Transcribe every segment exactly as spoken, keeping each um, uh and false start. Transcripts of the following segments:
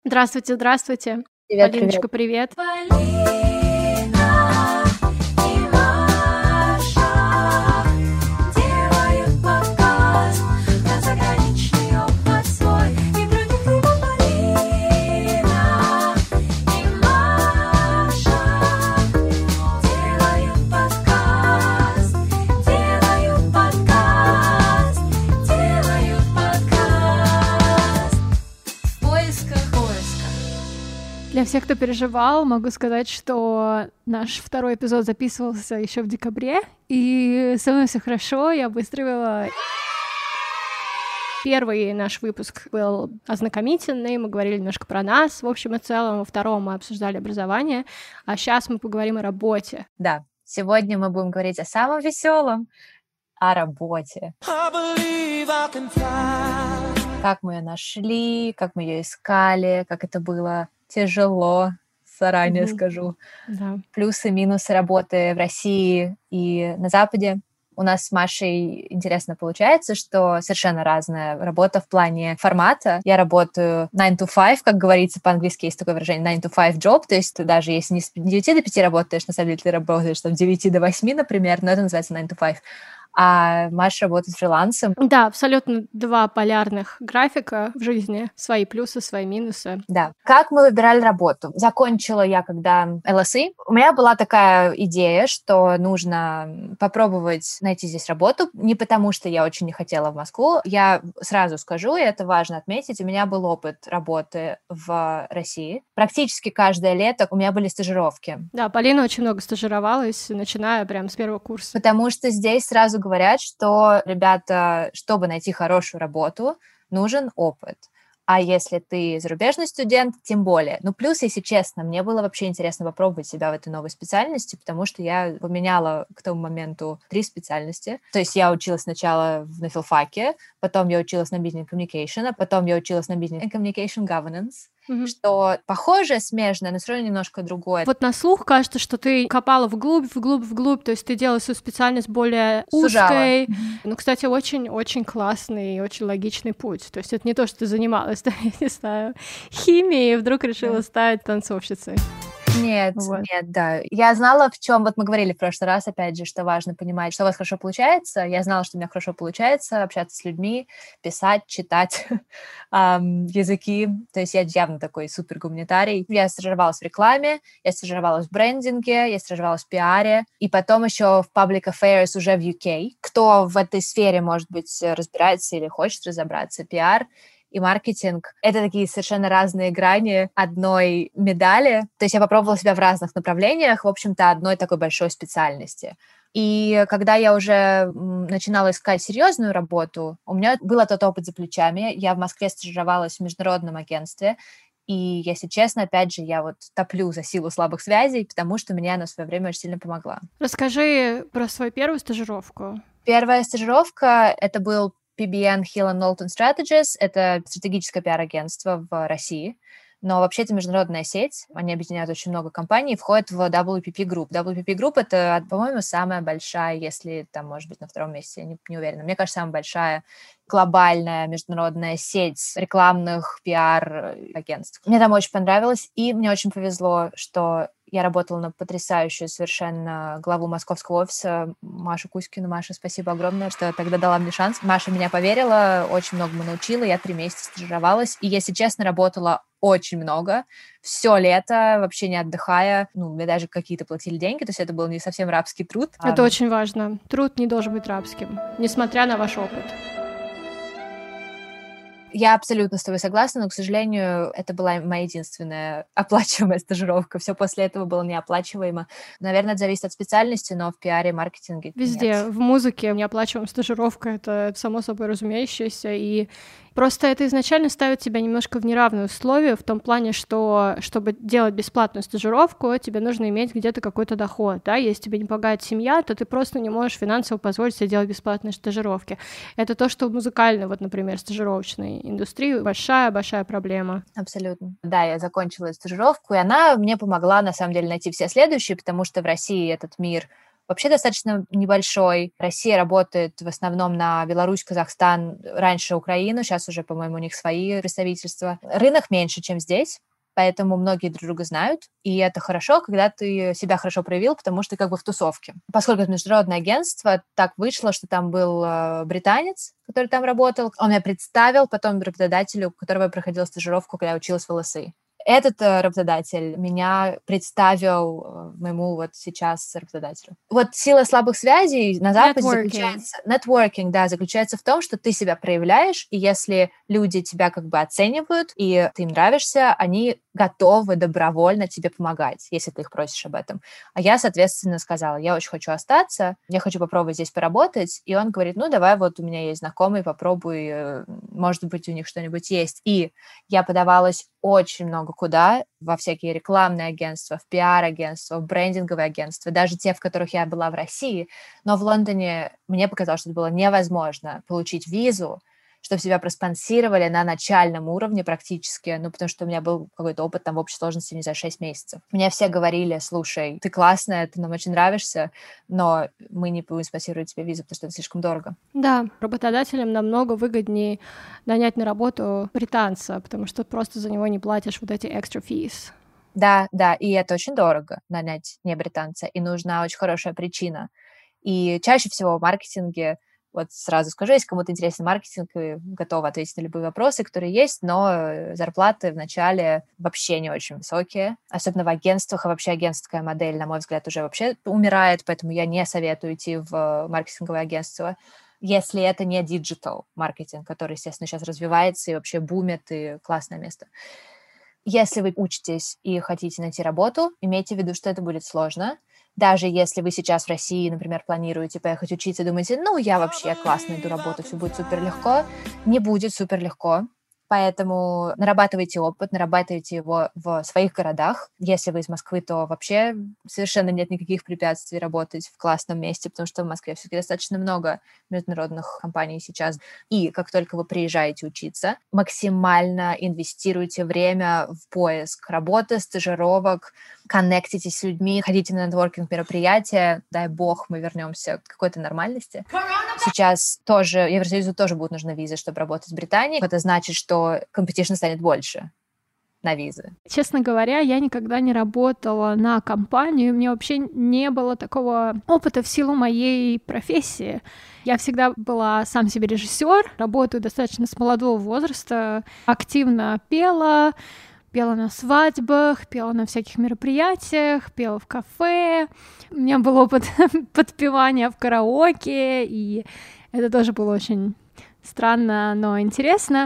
Здравствуйте, здравствуйте. Привет, Полиночка, привет. Полина и Маша делают подкаст про заграничный опыт свой. И про них его Полина и Маша делают подкаст, делают подкаст, делают подкаст в поисках поиска. Для всех, кто переживал, могу сказать, что наш второй эпизод записывался еще в декабре, и со мной все хорошо, я выстроила. Первый наш выпуск был ознакомительный, мы говорили немножко про нас, в общем и целом. Во втором мы обсуждали образование, а сейчас мы поговорим о работе. Да, сегодня мы будем говорить о самом веселом, о работе. Как мы ее нашли, как мы ее искали, как это было тяжело, заранее Мгм. скажу. Да. Плюсы, минусы работы в России и на Западе. У нас с Машей интересно получается, что совершенно разная работа в плане формата. Я работаю nine to five, как говорится по-английски, есть такое выражение nine to five job, то есть ты даже если не с девяти до пяти работаешь, на самом деле ты работаешь там с девяти до восьми, например, но это называется nine to five. А Маша работает фрилансом. Да, абсолютно два полярных графика в жизни, свои плюсы, свои минусы. Да. Как мы выбирали работу? Закончила я когда эл эс и. У меня была такая идея, что нужно попробовать найти здесь работу. Не потому, что я очень не хотела в Москву. Я сразу скажу, и это важно отметить, у меня был опыт работы в России. Практически каждое лето у меня были стажировки. Да, Полина очень много стажировалась, начиная прямо с первого курса. Потому что здесь сразу говорят, что, ребята, чтобы найти хорошую работу, нужен опыт. А если ты зарубежный студент, тем более. Ну, плюс, если честно, мне было вообще интересно попробовать себя в этой новой специальности, потому что я поменяла к тому моменту три специальности. То есть я училась сначала на филфаке, потом я училась на Business Communication, а потом я училась на Business and Communication Governance, Мгм. что похожее, смежное, но все равно немножко другое. Вот на слух кажется, что ты копала вглубь, вглубь, вглубь, то есть ты делала свою специальность более Сужала. узкой. Ну, кстати, очень-очень классный и очень логичный путь. То есть это не то, что ты занималась, да, я не знаю, химией, и вдруг решила Да. стать танцовщицей. Нет, Вот. нет, да. Я знала, в чем, вот мы говорили в прошлый раз, опять же, что важно понимать, что у вас хорошо получается. Я знала, что у меня хорошо получается общаться с людьми, писать, читать ам, языки. То есть я явно такой супер гуманитарий. Я стажировалась в рекламе, я стажировалась в брендинге, я стажировалась в пиаре, и потом еще в public affairs уже в ю кей. Кто в этой сфере, может быть, разбирается или хочет разобраться, пиар и маркетинг — это такие совершенно разные грани одной медали. То есть я попробовала себя в разных направлениях, в общем-то, одной такой большой специальности. И когда я уже м, начинала искать серьезную работу, у меня был этот опыт за плечами. Я в Москве стажировалась в международном агентстве, и, если честно, опять же, я вот топлю за силу слабых связей, потому что мне она в свое время очень сильно помогла. Расскажи про свою первую стажировку. Первая стажировка — это был пи би эн Hill and Knowlton Strategies, это стратегическое пиар-агентство в России, но вообще это международная сеть, они объединяют очень много компаний, входят в дабл ю пи пи Group. дабл ю пи пи Group — это, по-моему, самая большая, если там, может быть, на втором месте, я не, не уверена, мне кажется, самая большая глобальная международная сеть рекламных пиар-агентств. Мне там очень понравилось, и мне очень повезло, что я работала на потрясающую совершенно главу московского офиса Машу Кузькину. Маша, спасибо огромное, что тогда дала мне шанс. Маша меня поверила, очень многому научила, я три месяца стажировалась, и, если честно, работала очень много, все лето, вообще не отдыхая. Ну, мне даже какие-то платили деньги, то есть это был не совсем рабский труд. Это А, очень важно. Труд не должен быть рабским, несмотря на ваш опыт. Я абсолютно с тобой согласна, но, к сожалению, это была моя единственная оплачиваемая стажировка. Все после этого было неоплачиваемо. Наверное, это зависит от специальности, но в пиаре, маркетинге Везде. нет. В музыке неоплачиваемая стажировка — это само собой разумеющееся, и просто это изначально ставит тебя немножко в неравные условия в том плане, что чтобы делать бесплатную стажировку, тебе нужно иметь где-то какой-то доход, да, если тебе не помогает семья, то ты просто не можешь финансово позволить себе делать бесплатные стажировки. Это то, что в музыкальной, вот, например, стажировочной индустрии большая-большая проблема. Абсолютно. Да, я закончила стажировку, и она мне помогла, на самом деле, найти все следующие, потому что в России этот мир вообще достаточно небольшой. Россия работает в основном на Беларусь, Казахстан, раньше Украину, сейчас уже, по-моему, у них свои представительства. Рынок меньше, чем здесь, поэтому многие друг друга знают, и это хорошо, когда ты себя хорошо проявил, потому что ты как бы в тусовке. Поскольку это международное агентство, так вышло, что там был э, британец, который там работал. Он меня представил потом работодателю, у которого я проходила стажировку, когда я училась в эл эс и. Этот э, работодатель меня представил э, моему вот сейчас работодателю. Вот сила слабых связей на Западе Networking. заключается... Networking, да, заключается в том, что ты себя проявляешь, и если люди тебя как бы оценивают, и ты им нравишься, они готовы добровольно тебе помогать, если ты их просишь об этом. А я, соответственно, сказала, я очень хочу остаться, я хочу попробовать здесь поработать, и он говорит, ну, давай, вот у меня есть знакомый, попробуй, может быть, у них что-нибудь есть. И я подавалась очень много куда, во всякие рекламные агентства, в пиар-агентства, в брендинговые агентства, даже те, в которых я была в России, но в Лондоне мне показалось, что это было невозможно получить визу, чтобы себя проспонсировали на начальном уровне практически, ну, потому что у меня был какой-то опыт там в общей сложности, не знаю, шесть месяцев. Мне все говорили, слушай, ты классная, ты нам очень нравишься, но мы не будем спонсировать тебе визу, потому что это слишком дорого. Да, работодателям намного выгоднее нанять на работу британца, потому что просто за него не платишь вот эти extra fees. Да, да, и это очень дорого, нанять не британца, и нужна очень хорошая причина. И чаще всего в маркетинге, вот сразу скажу, если кому-то интересен маркетинг, готова ответить на любые вопросы, которые есть, но зарплаты в начале вообще не очень высокие, особенно в агентствах, а вообще агентская модель, на мой взгляд, уже вообще умирает, поэтому я не советую идти в маркетинговое агентство, если это не диджитал маркетинг, который, естественно, сейчас развивается и вообще бумит, и классное место. Если вы учитесь и хотите найти работу, имейте в виду, что это будет сложно. Даже если вы сейчас в России, например, планируете поехать учиться и думаете, ну, я вообще классно найду работу, все будет супер легко, не будет супер легко. Поэтому нарабатывайте опыт, нарабатывайте его в своих городах. Если вы из Москвы, то вообще совершенно нет никаких препятствий работать в классном месте, потому что в Москве все-таки достаточно много международных компаний сейчас. И как только вы приезжаете учиться, максимально инвестируйте время в поиск работы, стажировок, коннектитесь с людьми, ходите на нетворкинг-мероприятия. Дай бог, мы вернемся к какой-то нормальности. Сейчас тоже, Евросоюзу тоже будут нужны визы, чтобы работать в Британии. Это значит, что компетишн станет больше на визы. Честно говоря, я никогда не работала на компанию, у меня вообще не было такого опыта в силу моей профессии. Я всегда была сам себе режиссер, работаю достаточно с молодого возраста, активно пела, пела на свадьбах, пела на всяких мероприятиях, пела в кафе. У меня был опыт подпевания в караоке, и это тоже было очень странно, но интересно.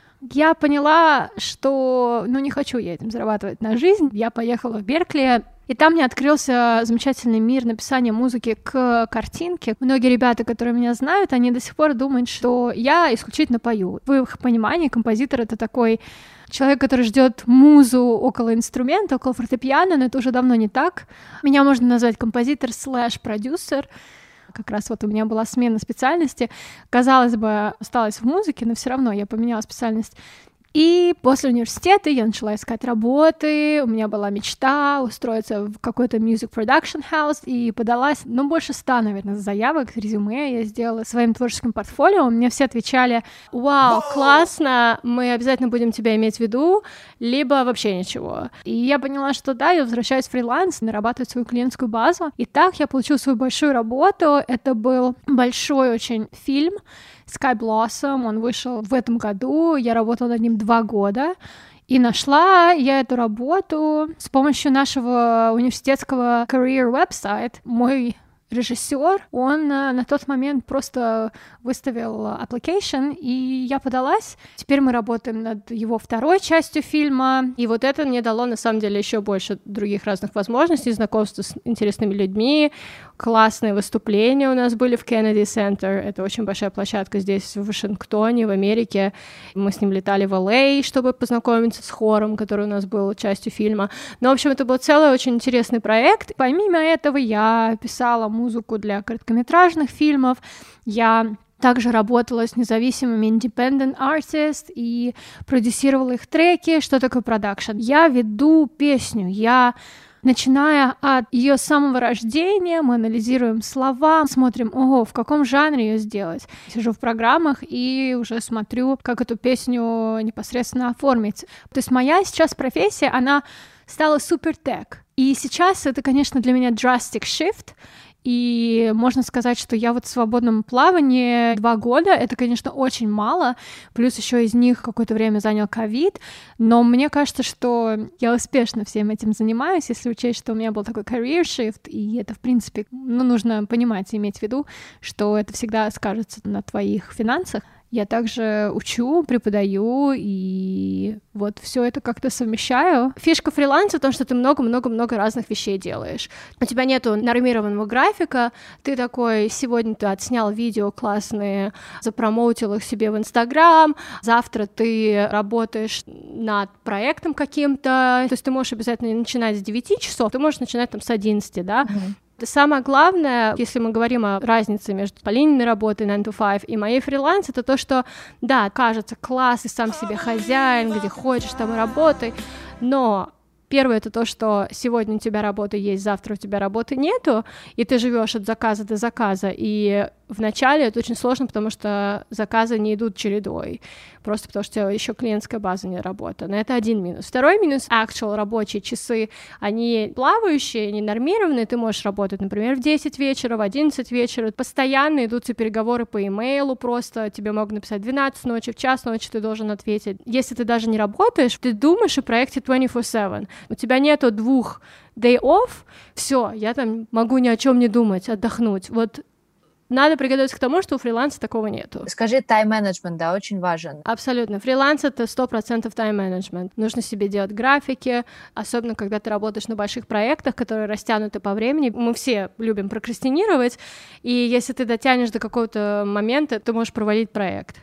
Я поняла, что, ну, не хочу я этим зарабатывать на жизнь. Я поехала в Беркли, и там мне открылся замечательный мир написания музыки к картинке. Многие ребята, которые меня знают, они до сих пор думают, что я исключительно пою. В их понимании композитор — это такой человек, который ждет музу около инструмента, около фортепиано, но это уже давно не так. Меня можно назвать композитор слэш-продюсер. Как раз вот у меня была смена специальности. Казалось бы, осталась в музыке, но все равно я поменяла специальность. И после университета я начала искать работы, у меня была мечта устроиться в какой-то music production house, и подалась, ну, больше ста, наверное, заявок, резюме я сделала своим творческим портфолио. Мне все отвечали: вау, классно, мы обязательно будем тебя иметь в виду, либо вообще ничего. И я поняла, что да, я возвращаюсь в фриланс, нарабатывать свою клиентскую базу. И так я получила свою большую работу. Это был большой очень фильм Sky Blossom, он вышел в этом году, я работала над ним два года, и нашла я эту работу с помощью нашего университетского career website. Мой режиссер, он на тот момент просто выставил application, и я подалась. Теперь мы работаем над его второй частью фильма, и вот это мне дало, на самом деле, еще больше других разных возможностей, знакомства с интересными людьми, классные выступления у нас были в Kennedy Center, это очень большая площадка здесь, в Вашингтоне, в Америке. Мы с ним летали в эл эй, чтобы познакомиться с хором, который у нас был частью фильма. Но, в общем, это был целый очень интересный проект. Помимо этого, я писала музыку для короткометражных фильмов, я также работала с независимыми independent artists и продюсировала их треки. Что такое продакшн? Я веду песню, я начиная от ее самого рождения, мы анализируем слова, смотрим, ого, в каком жанре ее сделать. Сижу в программах и уже смотрю, как эту песню непосредственно оформить. То есть моя сейчас профессия, она стала супер-тег. И сейчас это, конечно, для меня drastic shift, и можно сказать, что я вот в свободном плавании два года, это, конечно, очень мало, плюс еще из них какое-то время занял ковид, но мне кажется, что я успешно всем этим занимаюсь, если учесть, что у меня был такой career shift, и это, в принципе, ну, нужно понимать и иметь в виду, что это всегда скажется на твоих финансах. Я также учу, преподаю, и вот все это как-то совмещаю. Фишка фриланса в том, что ты много-много-много разных вещей делаешь. У тебя нету нормированного графика, ты такой, сегодня ты отснял видео классные, запромоутил их себе в Инстаграм, завтра ты работаешь над проектом каким-то, то есть ты можешь обязательно начинать с девяти часов, ты можешь начинать там с одиннадцати, да, mm-hmm. Самое главное, если мы говорим о разнице между Полининой работой nine to five и моей фриланс, это то, что, да, кажется, класс, и сам себе хозяин, где хочешь, там и работай, но первое — это то, что сегодня у тебя работа есть, завтра у тебя работы нету, и ты живешь от заказа до заказа, и вначале это очень сложно, потому что заказы не идут чередой, просто потому что у тебя еще клиентская база не работает. Это один минус. Второй минус — actual рабочие часы, они плавающие, не нормированные, ты можешь работать, например, в десять вечера, в одиннадцать вечера, постоянно идут все переговоры по имейлу просто, тебе могут написать в двенадцать ночи, в час ночи ты должен ответить. Если ты даже не работаешь, ты думаешь о проекте двадцать четыре семь, у тебя нету двух day off, все, я там могу ни о чем не думать, отдохнуть. Вот надо приготовиться к тому, что у фриланса такого нету. Скажи, тайм-менеджмент, да, очень важен. Абсолютно. Фриланс — это сто процентов тайм-менеджмент. Нужно себе делать графики, особенно когда ты работаешь на больших проектах, которые растянуты по времени. Мы все любим прокрастинировать, и если ты дотянешь до какого-то момента, ты можешь провалить проект.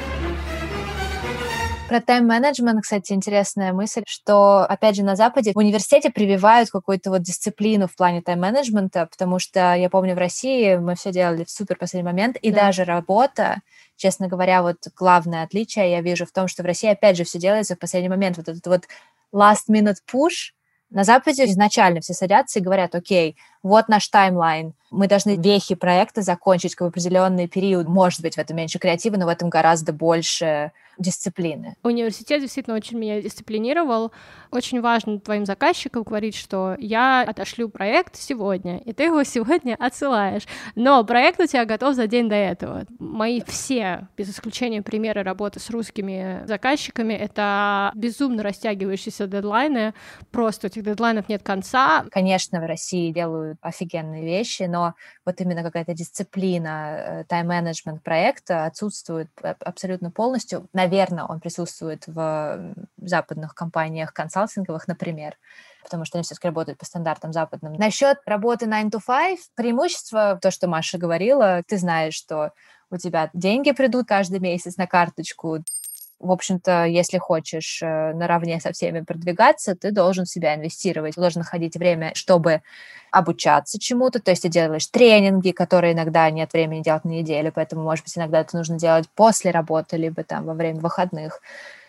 Про тайм-менеджмент, кстати, интересная мысль, что, опять же, на Западе в университете прививают какую-то вот дисциплину в плане тайм-менеджмента, потому что я помню, в России мы все делали в супер последний момент, и да. даже работа, честно говоря, вот главное отличие я вижу в том, что в России, опять же, все делается в последний момент. Вот этот вот last-minute push. На Западе изначально все садятся и говорят: окей, вот наш таймлайн, мы должны вехи проекта закончить в определенный период. Может быть, в этом меньше креатива, но в этом гораздо больше дисциплины. Университет действительно очень меня дисциплинировал. Очень важно твоим заказчикам говорить, что я отошлю проект сегодня, и ты его сегодня отсылаешь. Но проект у тебя готов за день до этого. Мои все, без исключения, примеры работы с русскими заказчиками — это безумно растягивающиеся дедлайны. Просто у этих дедлайнов нет конца. Конечно, в России делают офигенные вещи, но вот именно какая-то дисциплина, тайм-менеджмент проекта отсутствует абсолютно полностью. Наверное, он присутствует в западных компаниях консалтинговых, например, потому что они все-таки работают по стандартам западным. Насчет работы nine to five, преимущество, то, что Маша говорила, ты знаешь, что у тебя деньги придут каждый месяц на карточку. В общем-то, если хочешь наравне со всеми продвигаться, ты должен в себя инвестировать, ты должен находить время, чтобы обучаться чему-то, то есть ты делаешь тренинги, которые иногда нет времени делать на неделю, поэтому, может быть, иногда это нужно делать после работы, либо там во время выходных,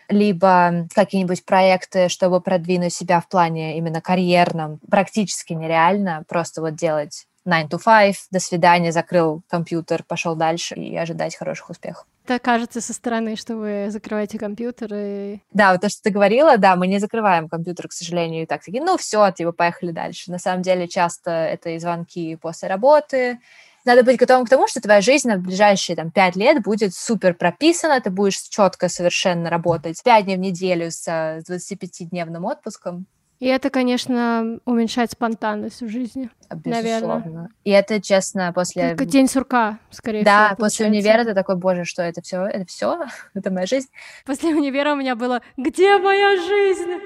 либо какие-нибудь проекты, чтобы продвинуть себя в плане именно карьерном, практически нереально просто вот делать nine to five, до свидания, закрыл компьютер, пошел дальше и ожидать хороших успехов. Это кажется со стороны, что вы закрываете компьютер и... Да, вот то, что ты говорила, да, мы не закрываем компьютер, к сожалению, и так такие, ну все, типа, поехали дальше. На самом деле часто это и звонки после работы. Надо быть готовым к тому, что твоя жизнь на ближайшие там, пять лет будет супер прописана, ты будешь четко совершенно работать пять дней в неделю с двадцатипятидневным отпуском. И это, конечно, уменьшает спонтанность в жизни. Безусловно. Наверное. И это, честно, после... Как день сурка, скорее да, всего, Да, после получается. универа ты такой: боже, что это все? Это все? Это моя жизнь? После универа у меня было: где моя жизнь?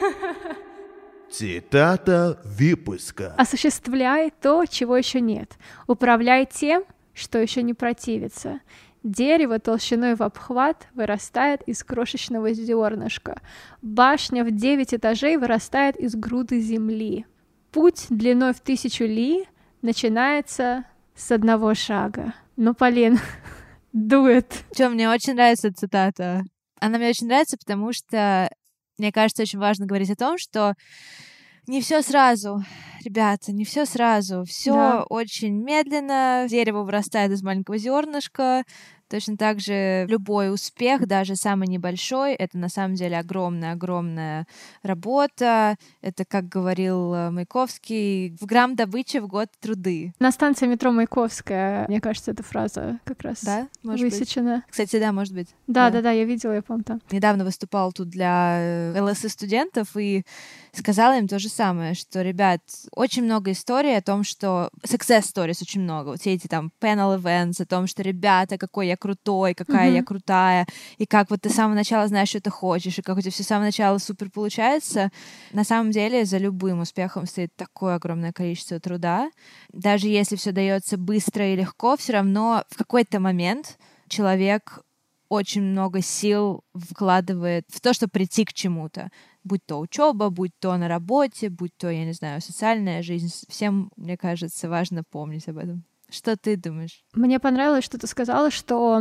Цитата выпуска. Осуществляй то, чего еще нет. Управляй тем, что еще не противится. Дерево толщиной в обхват вырастает из крошечного зернышка. Башня в девять этажей вырастает из груды земли. Путь длиной в тысячу ли начинается с одного шага. Ну, Полин, do it. Чё, мне очень нравится цитата. Она мне очень нравится, потому что, мне кажется, очень важно говорить о том, что Не все сразу, ребята, не все сразу. Все Да. очень медленно. Дерево вырастает из маленького зернышка. Точно так же любой успех, даже самый небольшой, это на самом деле огромная-огромная работа. Это, как говорил э, Маяковский, в грамм добычи в год труды. На станции метро Маяковская, мне кажется, эта фраза как раз Да, может быть. высечена. Кстати, да, может быть. Да, Да. да, да, я видела, я помню там. Недавно выступала тут для э, эл эс и-студентов и сказала им то же самое, что, ребят, очень много историй о том, что... Success stories очень много. Вот все эти там panel events о том, что, ребята, какой я крутой, какая Мгм. я крутая, и как вот ты с самого начала знаешь, что ты хочешь, и как у тебя все с самого начала супер получается. На самом деле за любым успехом стоит такое огромное количество труда. Даже если все дается быстро и легко, все равно в какой-то момент человек очень много сил вкладывает в то, чтобы прийти к чему-то. Будь то учеба, будь то на работе, будь то, я не знаю, социальная жизнь. Всем, мне кажется, важно помнить об этом. Что ты думаешь? Мне понравилось, что ты сказала, что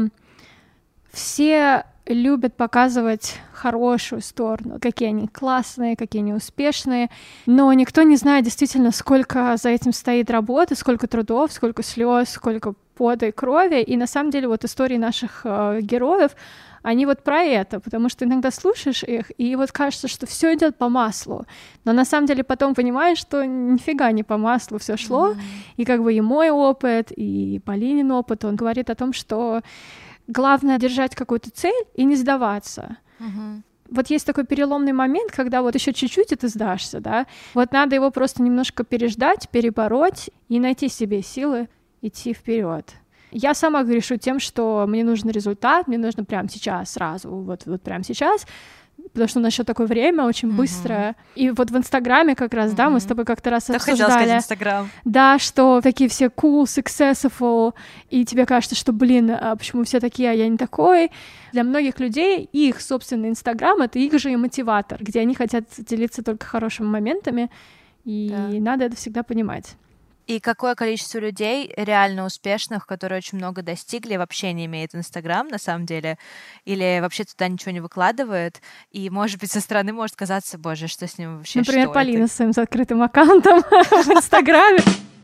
все любят показывать хорошую сторону, какие они классные, какие они успешные, но никто не знает действительно, сколько за этим стоит работы, сколько трудов, сколько слез, сколько пота и крови. И на самом деле вот истории наших э, героев, они вот про это, потому что иногда слушаешь их, и вот кажется, что все идет по маслу, но на самом деле потом понимаешь, что нифига не по маслу все шло, mm-hmm. и как бы и мой опыт, и Полинин опыт, он говорит о том, что главное держать какую-то цель и не сдаваться. Mm-hmm. Вот есть такой переломный момент, когда вот еще чуть-чуть и ты сдашься, да, вот надо его просто немножко переждать, перебороть и найти себе силы идти вперед. Я сама грешу тем, что мне нужен результат, мне нужно прямо сейчас, сразу, вот, вот прямо сейчас, потому что у нас еще такое время очень uh-huh. быстрое. И вот в Инстаграме как раз, uh-huh. да, мы с тобой как-то раз так обсуждали. хотела сказать Инстаграм. Да, что такие все cool, successful, и тебе кажется, что, блин, а почему все такие, а я не такой. Для многих людей их собственный Инстаграм — это их же и мотиватор, где они хотят делиться только хорошими моментами, и да. надо это всегда понимать. И какое количество людей реально успешных, которые очень много достигли, вообще не имеет Инстаграм, на самом деле, или вообще туда ничего не выкладывает, и, может быть, со стороны может казаться, боже, что с ним вообще, Например, что Полина это? с своим закрытым аккаунтом в Инстаграме.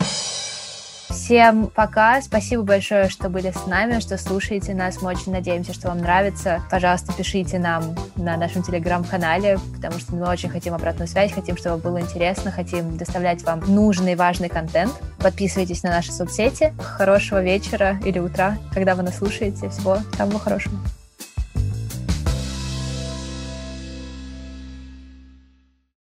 Всем пока, спасибо большое, что были с нами, что слушаете нас, мы очень надеемся, что вам нравится. Пожалуйста, пишите нам на нашем телеграм-канале, потому что мы очень хотим обратную связь, хотим, чтобы было интересно, хотим доставлять вам нужный и важный контент. Подписывайтесь на наши соцсети. Хорошего вечера или утра, когда вы нас слушаете. Всего самого хорошего.